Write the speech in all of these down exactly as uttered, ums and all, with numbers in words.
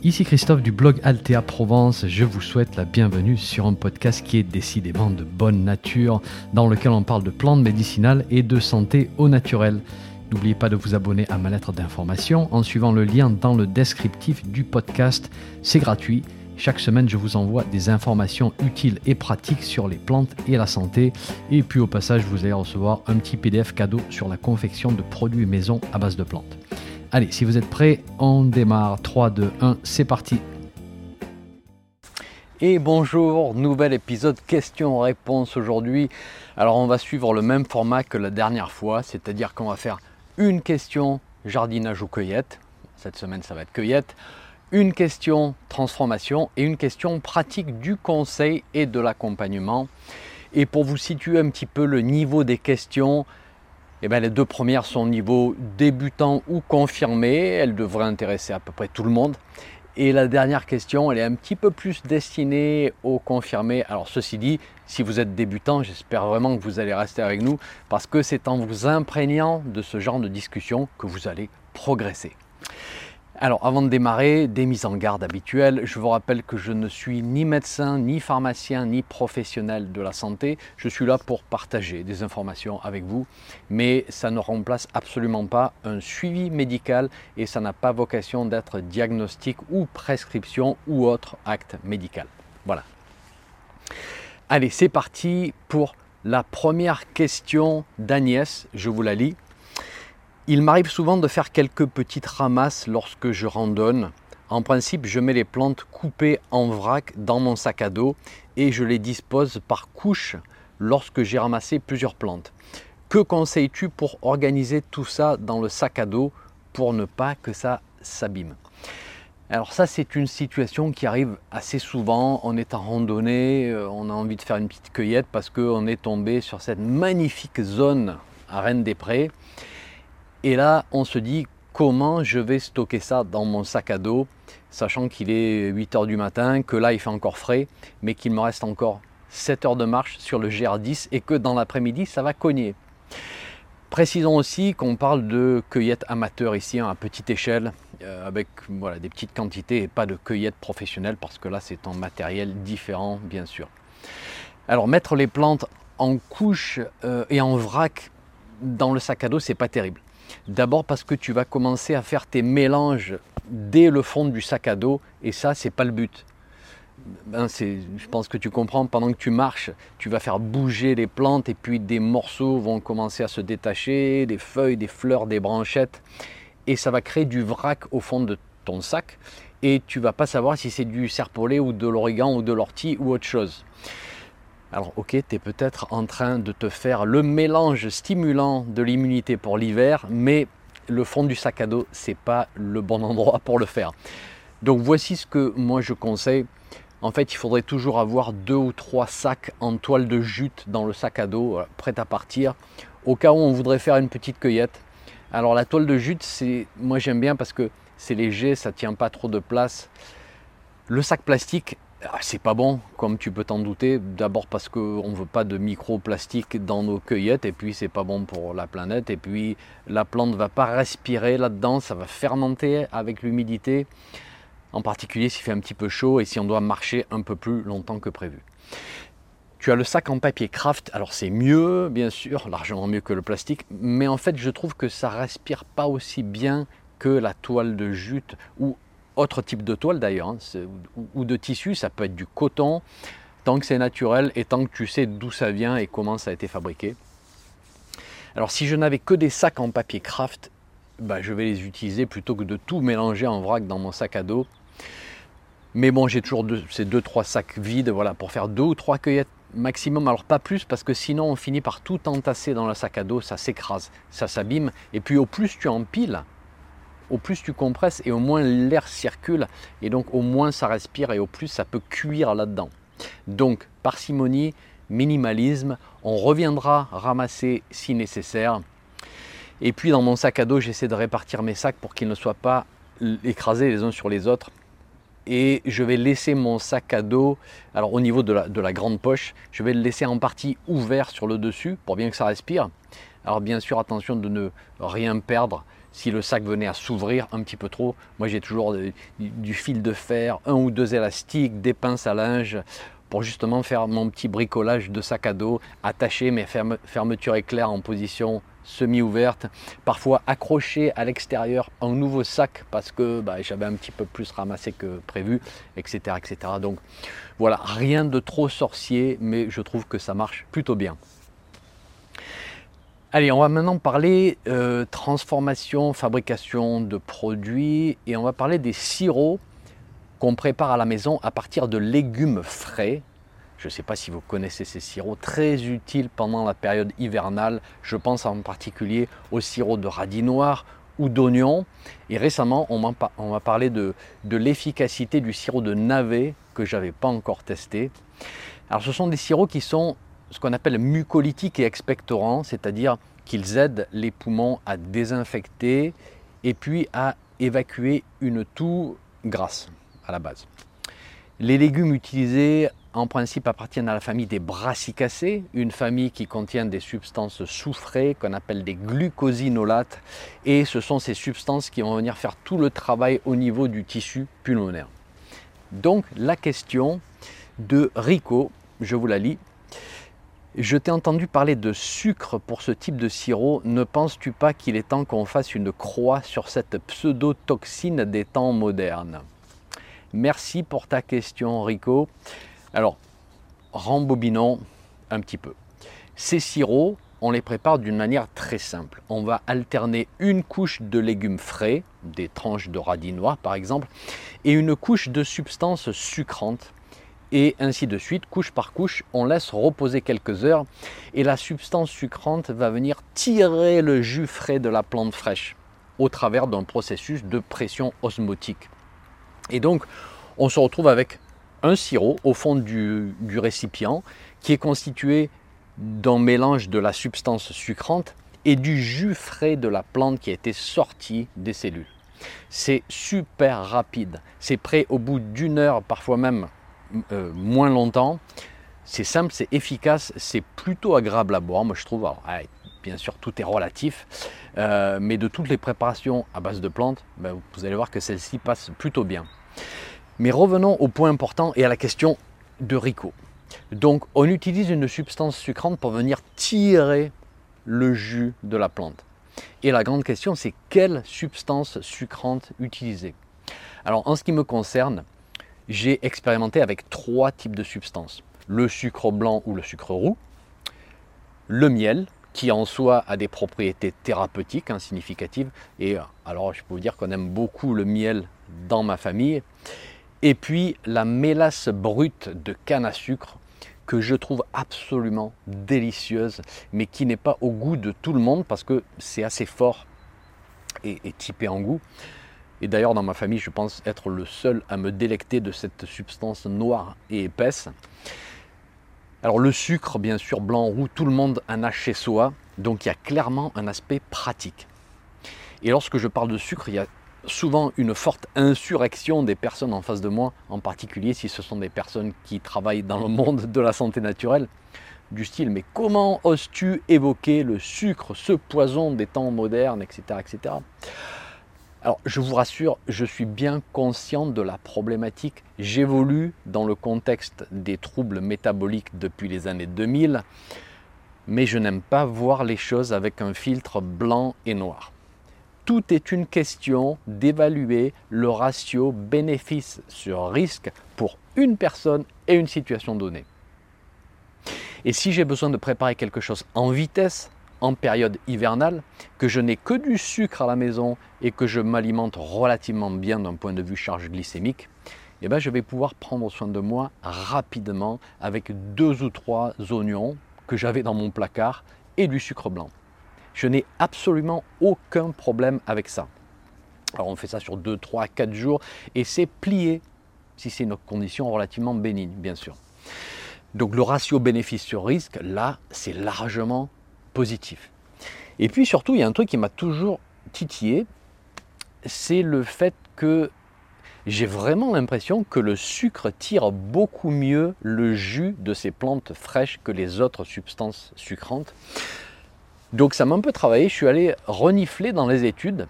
Ici Christophe du blog Altea Provence, je vous souhaite la bienvenue sur un podcast qui est décidément de bonne nature, dans lequel on parle de plantes médicinales et de santé au naturel. N'oubliez pas de vous abonner à ma lettre d'information en suivant le lien dans le descriptif du podcast, c'est gratuit. Chaque semaine, je vous envoie des informations utiles et pratiques sur les plantes et la santé. Et puis au passage, vous allez recevoir un petit P D F cadeau sur la confection de produits maison à base de plantes. Allez, si vous êtes prêts, on démarre. trois, deux, un, c'est parti. Et bonjour, nouvel épisode questions-réponses aujourd'hui. Alors on va suivre le même format que la dernière fois, c'est-à-dire qu'on va faire une question jardinage ou cueillette. Cette semaine, ça va être cueillette. Une question transformation et une question pratique du conseil et de l'accompagnement. Et pour vous situer un petit peu le niveau des questions, eh bien, les deux premières sont au niveau débutant ou confirmé. Elles devraient intéresser à peu près tout le monde. Et la dernière question, elle est un petit peu plus destinée aux confirmés. Alors ceci dit, si vous êtes débutant, j'espère vraiment que vous allez rester avec nous parce que c'est en vous imprégnant de ce genre de discussion que vous allez progresser. Alors avant de démarrer, des mises en garde habituelles. Je vous rappelle que je ne suis ni médecin, ni pharmacien, ni professionnel de la santé. Je suis là pour partager des informations avec vous, mais ça ne remplace absolument pas un suivi médical et ça n'a pas vocation d'être diagnostic ou prescription ou autre acte médical. Voilà. Allez, c'est parti pour la première question d'Agnès. Je vous la lis. Il m'arrive souvent de faire quelques petites ramasses lorsque je randonne. En principe, je mets les plantes coupées en vrac dans mon sac à dos et je les dispose par couches lorsque j'ai ramassé plusieurs plantes. Que conseilles-tu pour organiser tout ça dans le sac à dos pour ne pas que ça s'abîme? Alors ça, c'est une situation qui arrive assez souvent. On est en randonnée, on a envie de faire une petite cueillette parce qu'on est tombé sur cette magnifique zone à Rennes-des-Prés. Et là, on se dit comment je vais stocker ça dans mon sac à dos, sachant qu'il est huit heures du matin, que là il fait encore frais, mais qu'il me reste encore sept heures de marche sur le G R dix et que dans l'après-midi, ça va cogner. Précisons aussi qu'on parle de cueillette amateur ici, hein, à petite échelle, euh, avec voilà, des petites quantités et pas de cueillette professionnelle, parce que là c'est en matériel différent, bien sûr. Alors mettre les plantes en couche euh, et en vrac dans le sac à dos, c'est pas terrible. D'abord parce que tu vas commencer à faire tes mélanges dès le fond du sac à dos et ça, c'est pas le but. Ben, c'est, je pense que tu comprends, pendant que tu marches, tu vas faire bouger les plantes et puis des morceaux vont commencer à se détacher, des feuilles, des fleurs, des branchettes et ça va créer du vrac au fond de ton sac et tu vas pas savoir si c'est du serpolet ou de l'origan ou de l'ortie ou autre chose. Alors ok, tu es peut-être en train de te faire le mélange stimulant de l'immunité pour l'hiver, mais le fond du sac à dos, c'est pas le bon endroit pour le faire. Donc voici ce que moi je conseille. En fait, il faudrait toujours avoir deux ou trois sacs en toile de jute dans le sac à dos, euh, prêt à partir, au cas où on voudrait faire une petite cueillette. Alors la toile de jute, c'est, moi j'aime bien parce que c'est léger, ça tient pas trop de place. Le sac plastique, c'est pas bon, comme tu peux t'en douter. D'abord parce qu'on ne veut pas de microplastique dans nos cueillettes, et puis c'est pas bon pour la planète, et puis la plante ne va pas respirer là-dedans, ça va fermenter avec l'humidité, en particulier s'il fait un petit peu chaud et si on doit marcher un peu plus longtemps que prévu. Tu as le sac en papier craft, alors c'est mieux, bien sûr, largement mieux que le plastique, mais en fait je trouve que ça respire pas aussi bien que la toile de jute ou autre type de toile d'ailleurs, hein, ou de tissu, ça peut être du coton, tant que c'est naturel et tant que tu sais d'où ça vient et comment ça a été fabriqué. Alors si je n'avais que des sacs en papier craft, bah, je vais les utiliser plutôt que de tout mélanger en vrac dans mon sac à dos. Mais bon, j'ai toujours deux, ces deux trois sacs vides, voilà, pour faire deux ou trois cueillettes maximum, alors pas plus parce que sinon on finit par tout entasser dans le sac à dos, ça s'écrase, ça s'abîme, et puis au plus tu empiles, au plus tu compresses et au moins l'air circule et donc au moins ça respire et au plus ça peut cuire là-dedans. Donc parcimonie, minimalisme, on reviendra ramasser si nécessaire. Et puis dans mon sac à dos, j'essaie de répartir mes sacs pour qu'ils ne soient pas écrasés les uns sur les autres. Et je vais laisser mon sac à dos, alors au niveau de la, de la grande poche, je vais le laisser en partie ouvert sur le dessus pour bien que ça respire. Alors bien sûr, attention de ne rien perdre. si le sac venait à s'ouvrir un petit peu trop. Moi j'ai toujours du, du fil de fer, un ou deux élastiques, des pinces à linge pour justement faire mon petit bricolage de sac à dos, attacher mes ferme, fermetures éclair en position semi-ouverte, parfois accrocher à l'extérieur un nouveau sac parce que bah, j'avais un petit peu plus ramassé que prévu, et cetera, et cetera. Donc voilà, rien de trop sorcier, mais je trouve que ça marche plutôt bien. Allez, on va maintenant parler euh, transformation, fabrication de produits et on va parler des sirops qu'on prépare à la maison à partir de légumes frais. Je ne sais pas si vous connaissez ces sirops, très utiles pendant la période hivernale. Je pense en particulier au sirop de radis noir ou d'oignon. Et récemment, on m'a parlé de, de l'efficacité du sirop de navet que je n'avais pas encore testé. Alors ce sont des sirops qui sont ce qu'on appelle mucolytiques et expectorants, c'est-à-dire qu'ils aident les poumons à désinfecter et puis à évacuer une toux grasse à la base. Les légumes utilisés en principe appartiennent à la famille des brassicacées, une famille qui contient des substances soufrées qu'on appelle des glucosinolates et ce sont ces substances qui vont venir faire tout le travail au niveau du tissu pulmonaire. Donc la question de Rico, je vous la lis. Je t'ai entendu parler de sucre pour ce type de sirop. Ne penses-tu pas qu'il est temps qu'on fasse une croix sur cette pseudo-toxine des temps modernes? Merci pour ta question, Rico. Alors, rembobinons un petit peu. Ces sirops, on les prépare d'une manière très simple. On va alterner une couche de légumes frais, des tranches de radis noir par exemple, et une couche de substances sucrantes. Et ainsi de suite, couche par couche, on laisse reposer quelques heures et la substance sucrante va venir tirer le jus frais de la plante fraîche au travers d'un processus de pression osmotique. Et donc, on se retrouve avec un sirop au fond du, du récipient qui est constitué d'un mélange de la substance sucrante et du jus frais de la plante qui a été sorti des cellules. C'est super rapide, c'est prêt au bout d'une heure, parfois même Euh, moins longtemps. C'est simple, c'est efficace, c'est plutôt agréable à boire, moi je trouve. Alors, ouais, bien sûr, tout est relatif, euh, mais de toutes les préparations à base de plantes, ben, vous allez voir que celle-ci passe plutôt bien. Mais revenons au point important et à la question de Rico. Donc, on utilise une substance sucrante pour venir tirer le jus de la plante. Et la grande question, c'est quelle substance sucrante utiliser? Alors, en ce qui me concerne, j'ai expérimenté avec trois types de substances. Le sucre blanc ou le sucre roux, le miel, qui en soi a des propriétés thérapeutiques hein, significatives. Et alors je peux vous dire qu'on aime beaucoup le miel dans ma famille. Et puis la mélasse brute de canne à sucre, que je trouve absolument délicieuse, mais qui n'est pas au goût de tout le monde parce que c'est assez fort et, et typé en goût. Et d'ailleurs, dans ma famille, je pense être le seul à me délecter de cette substance noire et épaisse. Alors le sucre, bien sûr, blanc, roux, tout le monde en a chez soi. Donc il y a clairement un aspect pratique. Et lorsque je parle de sucre, il y a souvent une forte insurrection des personnes en face de moi, en particulier si ce sont des personnes qui travaillent dans le monde de la santé naturelle, du style « mais comment oses-tu évoquer le sucre, ce poison des temps modernes, et cetera et cetera » Alors, je vous rassure, je suis bien conscient de la problématique. J'évolue dans le contexte des troubles métaboliques depuis les années deux mille, mais je n'aime pas voir les choses avec un filtre blanc et noir. Tout est une question d'évaluer le ratio bénéfice sur risque pour une personne et une situation donnée. Et si j'ai besoin de préparer quelque chose en vitesse, en période hivernale, que je n'ai que du sucre à la maison et que je m'alimente relativement bien d'un point de vue charge glycémique, eh bien je vais pouvoir prendre soin de moi rapidement avec deux ou trois oignons que j'avais dans mon placard et du sucre blanc. Je n'ai absolument aucun problème avec ça. Alors on fait ça sur deux, trois, quatre jours et c'est plié si c'est une condition relativement bénigne, bien sûr. Donc le ratio bénéfice sur risque, là, c'est largement positif. Et puis surtout, il y a un truc qui m'a toujours titillé, c'est le fait que j'ai vraiment l'impression que le sucre tire beaucoup mieux le jus de ces plantes fraîches que les autres substances sucrantes. Donc ça m'a un peu travaillé, je suis allé renifler dans les études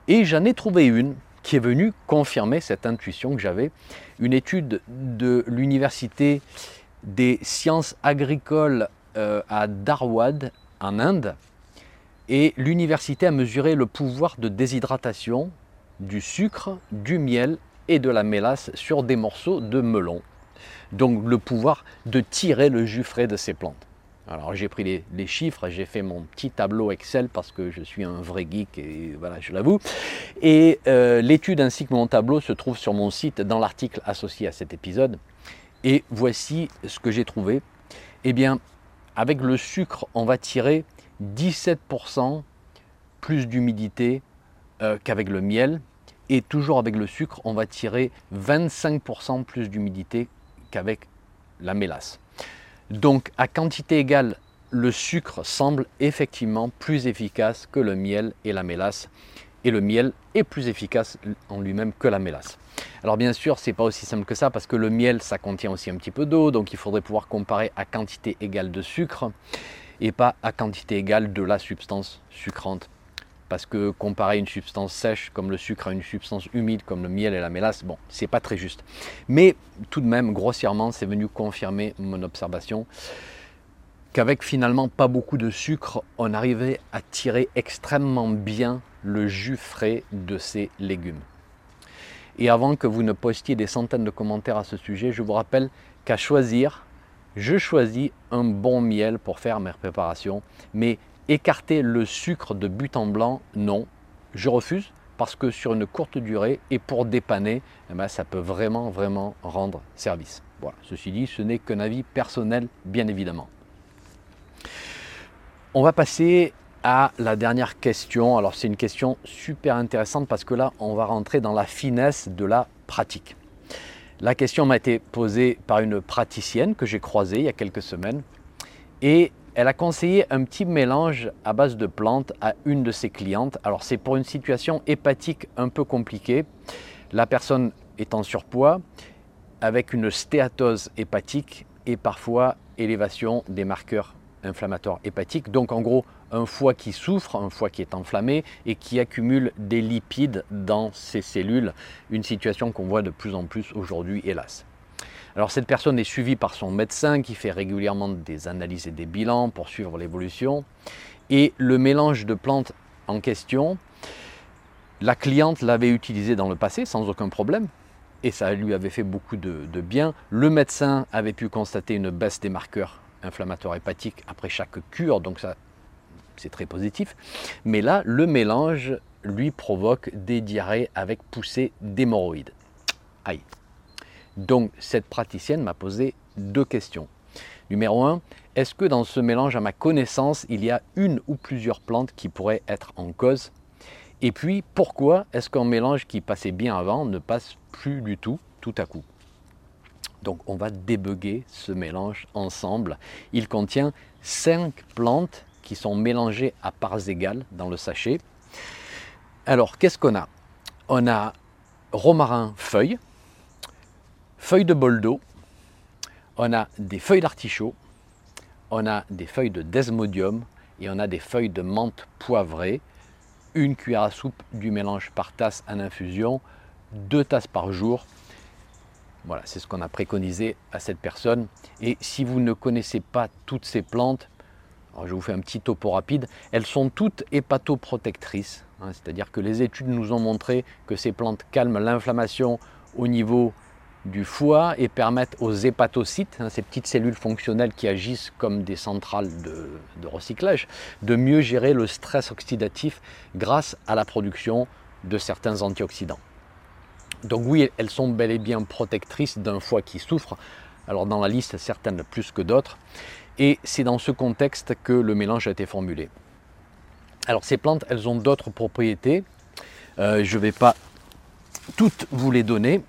Et j'en ai trouvé une qui est venue confirmer cette intuition que j'avais. Une étude de l'université des sciences agricoles euh, à Dharwad, en Inde. Et l'université a mesuré le pouvoir de déshydratation du sucre, du miel et de la mélasse sur des morceaux de melon. Donc le pouvoir de tirer le jus frais de ces plantes. Alors j'ai pris les, les chiffres, j'ai fait mon petit tableau Excel parce que je suis un vrai geek et voilà, je l'avoue. Et euh, l'étude ainsi que mon tableau se trouve sur mon site dans l'article associé à cet épisode. Et voici ce que j'ai trouvé. Eh bien, avec le sucre, on va tirer dix-sept pour cent plus d'humidité euh, qu'avec le miel. Et toujours avec le sucre, on va tirer vingt-cinq pour cent plus d'humidité qu'avec la mélasse. Donc à quantité égale, le sucre semble effectivement plus efficace que le miel et la mélasse. Et le miel est plus efficace en lui-même que la mélasse. Alors bien sûr, ce n'est pas aussi simple que ça parce que le miel, ça contient aussi un petit peu d'eau. Donc il faudrait pouvoir comparer à quantité égale de sucre et pas à quantité égale de la substance sucrante. Parce que comparer une substance sèche comme le sucre à une substance humide comme le miel et la mélasse, bon, c'est pas très juste. Mais tout de même, grossièrement, c'est venu confirmer mon observation qu'avec finalement pas beaucoup de sucre, on arrivait à tirer extrêmement bien le jus frais de ces légumes. Et avant que vous ne postiez des centaines de commentaires à ce sujet, je vous rappelle qu'à choisir, je choisis un bon miel pour faire mes préparations, mais écarter le sucre de but en blanc, non, je refuse parce que sur une courte durée et pour dépanner, eh bien, ça peut vraiment, vraiment rendre service. Voilà. Ceci dit, ce n'est qu'un avis personnel, bien évidemment. On va passer à la dernière question. Alors c'est une question super intéressante parce que là, on va rentrer dans la finesse de la pratique. La question m'a été posée par une praticienne que j'ai croisée il y a quelques semaines et elle a conseillé un petit mélange à base de plantes à une de ses clientes. Alors c'est pour une situation hépatique un peu compliquée. La personne est en surpoids avec une stéatose hépatique et parfois élévation des marqueurs inflammatoires hépatiques. Donc en gros, un foie qui souffre, un foie qui est enflammé et qui accumule des lipides dans ses cellules. Une situation qu'on voit de plus en plus aujourd'hui, hélas. Alors cette personne est suivie par son médecin qui fait régulièrement des analyses et des bilans pour suivre l'évolution. Et le mélange de plantes en question, la cliente l'avait utilisé dans le passé sans aucun problème et ça lui avait fait beaucoup de, de bien. Le médecin avait pu constater une baisse des marqueurs inflammatoires hépatiques après chaque cure, donc ça c'est très positif. Mais là, le mélange lui provoque des diarrhées avec poussée d'hémorroïdes. Aïe. Donc cette praticienne m'a posé deux questions. Numéro un, est-ce que dans ce mélange, à ma connaissance, il y a une ou plusieurs plantes qui pourraient être en cause? Et puis, pourquoi est-ce qu'un mélange qui passait bien avant ne passe plus du tout, tout à coup? Donc on va débugger ce mélange ensemble. Il contient cinq plantes qui sont mélangées à parts égales dans le sachet. Alors, qu'est-ce qu'on a? On a romarin feuille, feuilles de boldo, on a des feuilles d'artichaut, on a des feuilles de desmodium et on a des feuilles de menthe poivrée, une cuillère à soupe du mélange par tasse en infusion, deux tasses par jour. Voilà, c'est ce qu'on a préconisé à cette personne. Et si vous ne connaissez pas toutes ces plantes, alors je vous fais un petit topo rapide, elles sont toutes hépatoprotectrices, hein, c'est-à-dire que les études nous ont montré que ces plantes calment l'inflammation au niveau du foie et permettent aux hépatocytes, hein, ces petites cellules fonctionnelles qui agissent comme des centrales de, de recyclage, de mieux gérer le stress oxydatif grâce à la production de certains antioxydants. Donc oui, elles sont bel et bien protectrices d'un foie qui souffre, alors dans la liste certaines plus que d'autres, et c'est dans ce contexte que le mélange a été formulé. Alors ces plantes, elles ont d'autres propriétés, euh, je ne vais pas toutes vous les donner,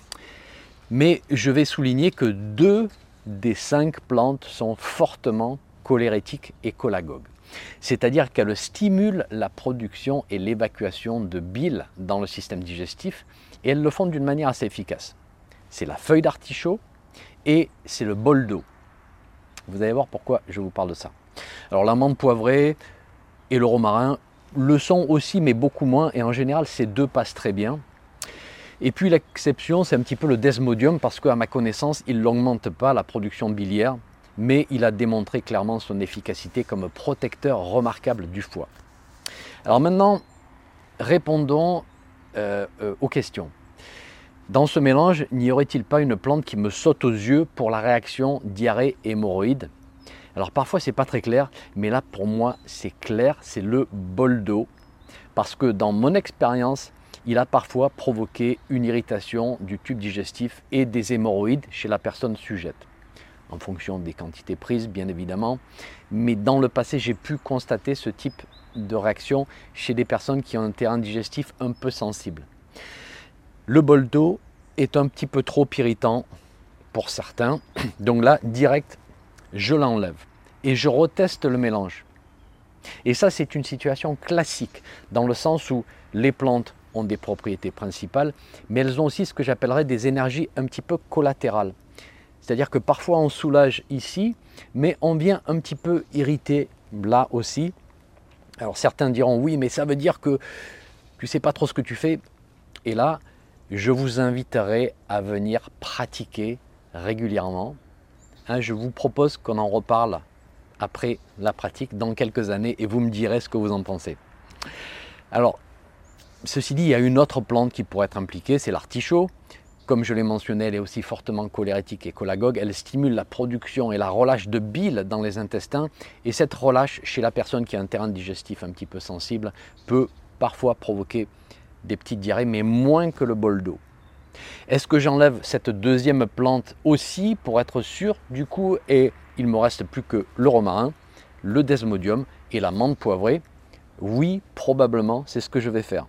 mais je vais souligner que deux des cinq plantes sont fortement cholérétiques et cholagogues. C'est-à-dire qu'elles stimulent la production et l'évacuation de bile dans le système digestif et elles le font d'une manière assez efficace. C'est la feuille d'artichaut et c'est le boldo. Vous allez voir pourquoi je vous parle de ça. Alors la menthe poivrée et le romarin, le sont aussi, mais beaucoup moins, et en général, ces deux passent très bien. Et puis l'exception, c'est un petit peu le desmodium, parce qu'à ma connaissance, il n'augmente pas la production biliaire, mais il a démontré clairement son efficacité comme protecteur remarquable du foie. Alors maintenant, répondons euh, euh, aux questions. Dans ce mélange, n'y aurait-il pas une plante qui me saute aux yeux pour la réaction diarrhée-hémorroïde? Alors parfois c'est pas très clair, mais là pour moi c'est clair, c'est le bol d'eau, parce que dans mon expérience, il a parfois provoqué une irritation du tube digestif et des hémorroïdes chez la personne sujette, en fonction des quantités prises bien évidemment, mais dans le passé j'ai pu constater ce type de réaction chez des personnes qui ont un terrain digestif un peu sensible. Le bol d'eau est un petit peu trop irritant pour certains, donc là, direct, je l'enlève et je reteste le mélange. Et ça, c'est une situation classique, dans le sens où les plantes ont des propriétés principales, mais elles ont aussi ce que j'appellerais des énergies un petit peu collatérales. C'est-à-dire que parfois on soulage ici, mais on vient un petit peu irriter là aussi. Alors certains diront oui, mais ça veut dire que tu ne sais pas trop ce que tu fais. Et là, je vous inviterai à venir pratiquer régulièrement. Hein, je vous propose qu'on en reparle après la pratique dans quelques années et vous me direz ce que vous en pensez. Alors, ceci dit, il y a une autre plante qui pourrait être impliquée, c'est l'artichaut. Comme je l'ai mentionné, elle est aussi fortement cholérétique et cholagogue. Elle stimule la production et la relâche de bile dans les intestins. Et cette relâche, chez la personne qui a un terrain digestif un petit peu sensible, peut parfois provoquer des petites diarrhées, mais moins que le bol d'eau. Est-ce que j'enlève cette deuxième plante aussi pour être sûr du coup, et il ne me reste plus que le romarin, le desmodium et la menthe poivrée? Oui, probablement, c'est ce que je vais faire.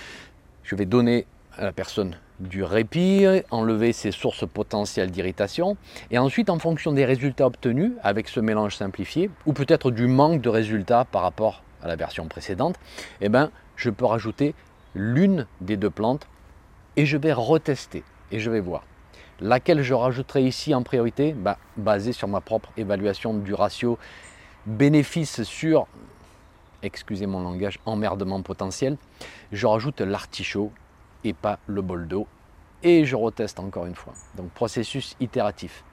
Je vais donner à la personne du répit, enlever ses sources potentielles d'irritation, et ensuite en fonction des résultats obtenus avec ce mélange simplifié, ou peut-être du manque de résultats par rapport à la version précédente, eh ben, je peux rajouter l'une des deux plantes et je vais retester et je vais voir. Laquelle je rajouterai ici en priorité? Bah, basé sur ma propre évaluation du ratio bénéfice sur, excusez mon langage, emmerdement potentiel, je rajoute l'artichaut et pas le bol d'eau et je reteste encore une fois. Donc processus itératif.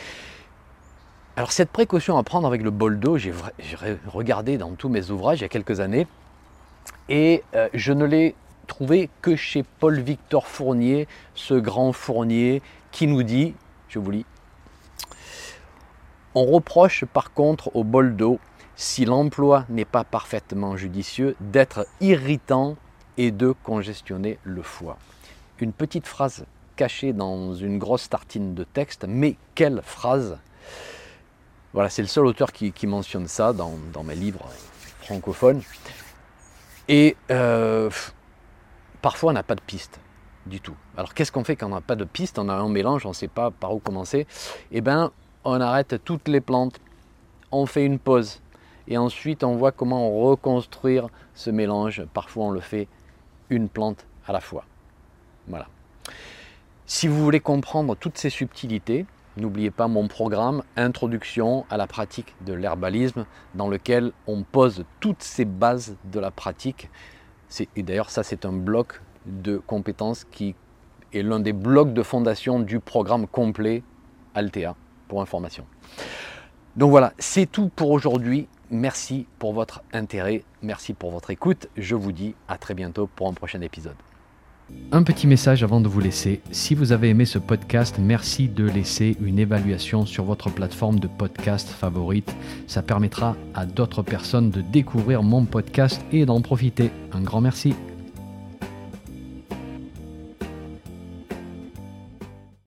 Alors cette précaution à prendre avec le bol d'eau, j'ai regardé dans tous mes ouvrages il y a quelques années et euh, je ne l'ai trouvé que chez Paul-Victor Fournier, ce grand Fournier qui nous dit, je vous lis, on reproche par contre au bol d'eau, si l'emploi n'est pas parfaitement judicieux, d'être irritant et de congestionner le foie. Une petite phrase cachée dans une grosse tartine de texte, mais quelle phrase! Voilà, c'est le seul auteur qui, qui mentionne ça dans, dans mes livres francophones. Et euh, parfois, on n'a pas de piste du tout. Alors, qu'est-ce qu'on fait quand on n'a pas de piste? On a un mélange, on ne sait pas par où commencer. Eh bien, on arrête toutes les plantes, on fait une pause. Et ensuite, on voit comment reconstruire ce mélange. Parfois, on le fait une plante à la fois. Voilà. Si vous voulez comprendre toutes ces subtilités, n'oubliez pas mon programme Introduction à la pratique de l'herbalisme, dans lequel on pose toutes ces bases de la pratique. Et d'ailleurs, ça, c'est un bloc de compétences qui est l'un des blocs de fondation du programme complet Altea, pour information. Donc voilà, c'est tout pour aujourd'hui. Merci pour votre intérêt, merci pour votre écoute. Je vous dis à très bientôt pour un prochain épisode. Un petit message avant de vous laisser. Si vous avez aimé ce podcast, merci de laisser une évaluation sur votre plateforme de podcast favorite. Ça permettra à d'autres personnes de découvrir mon podcast et d'en profiter. Un grand merci.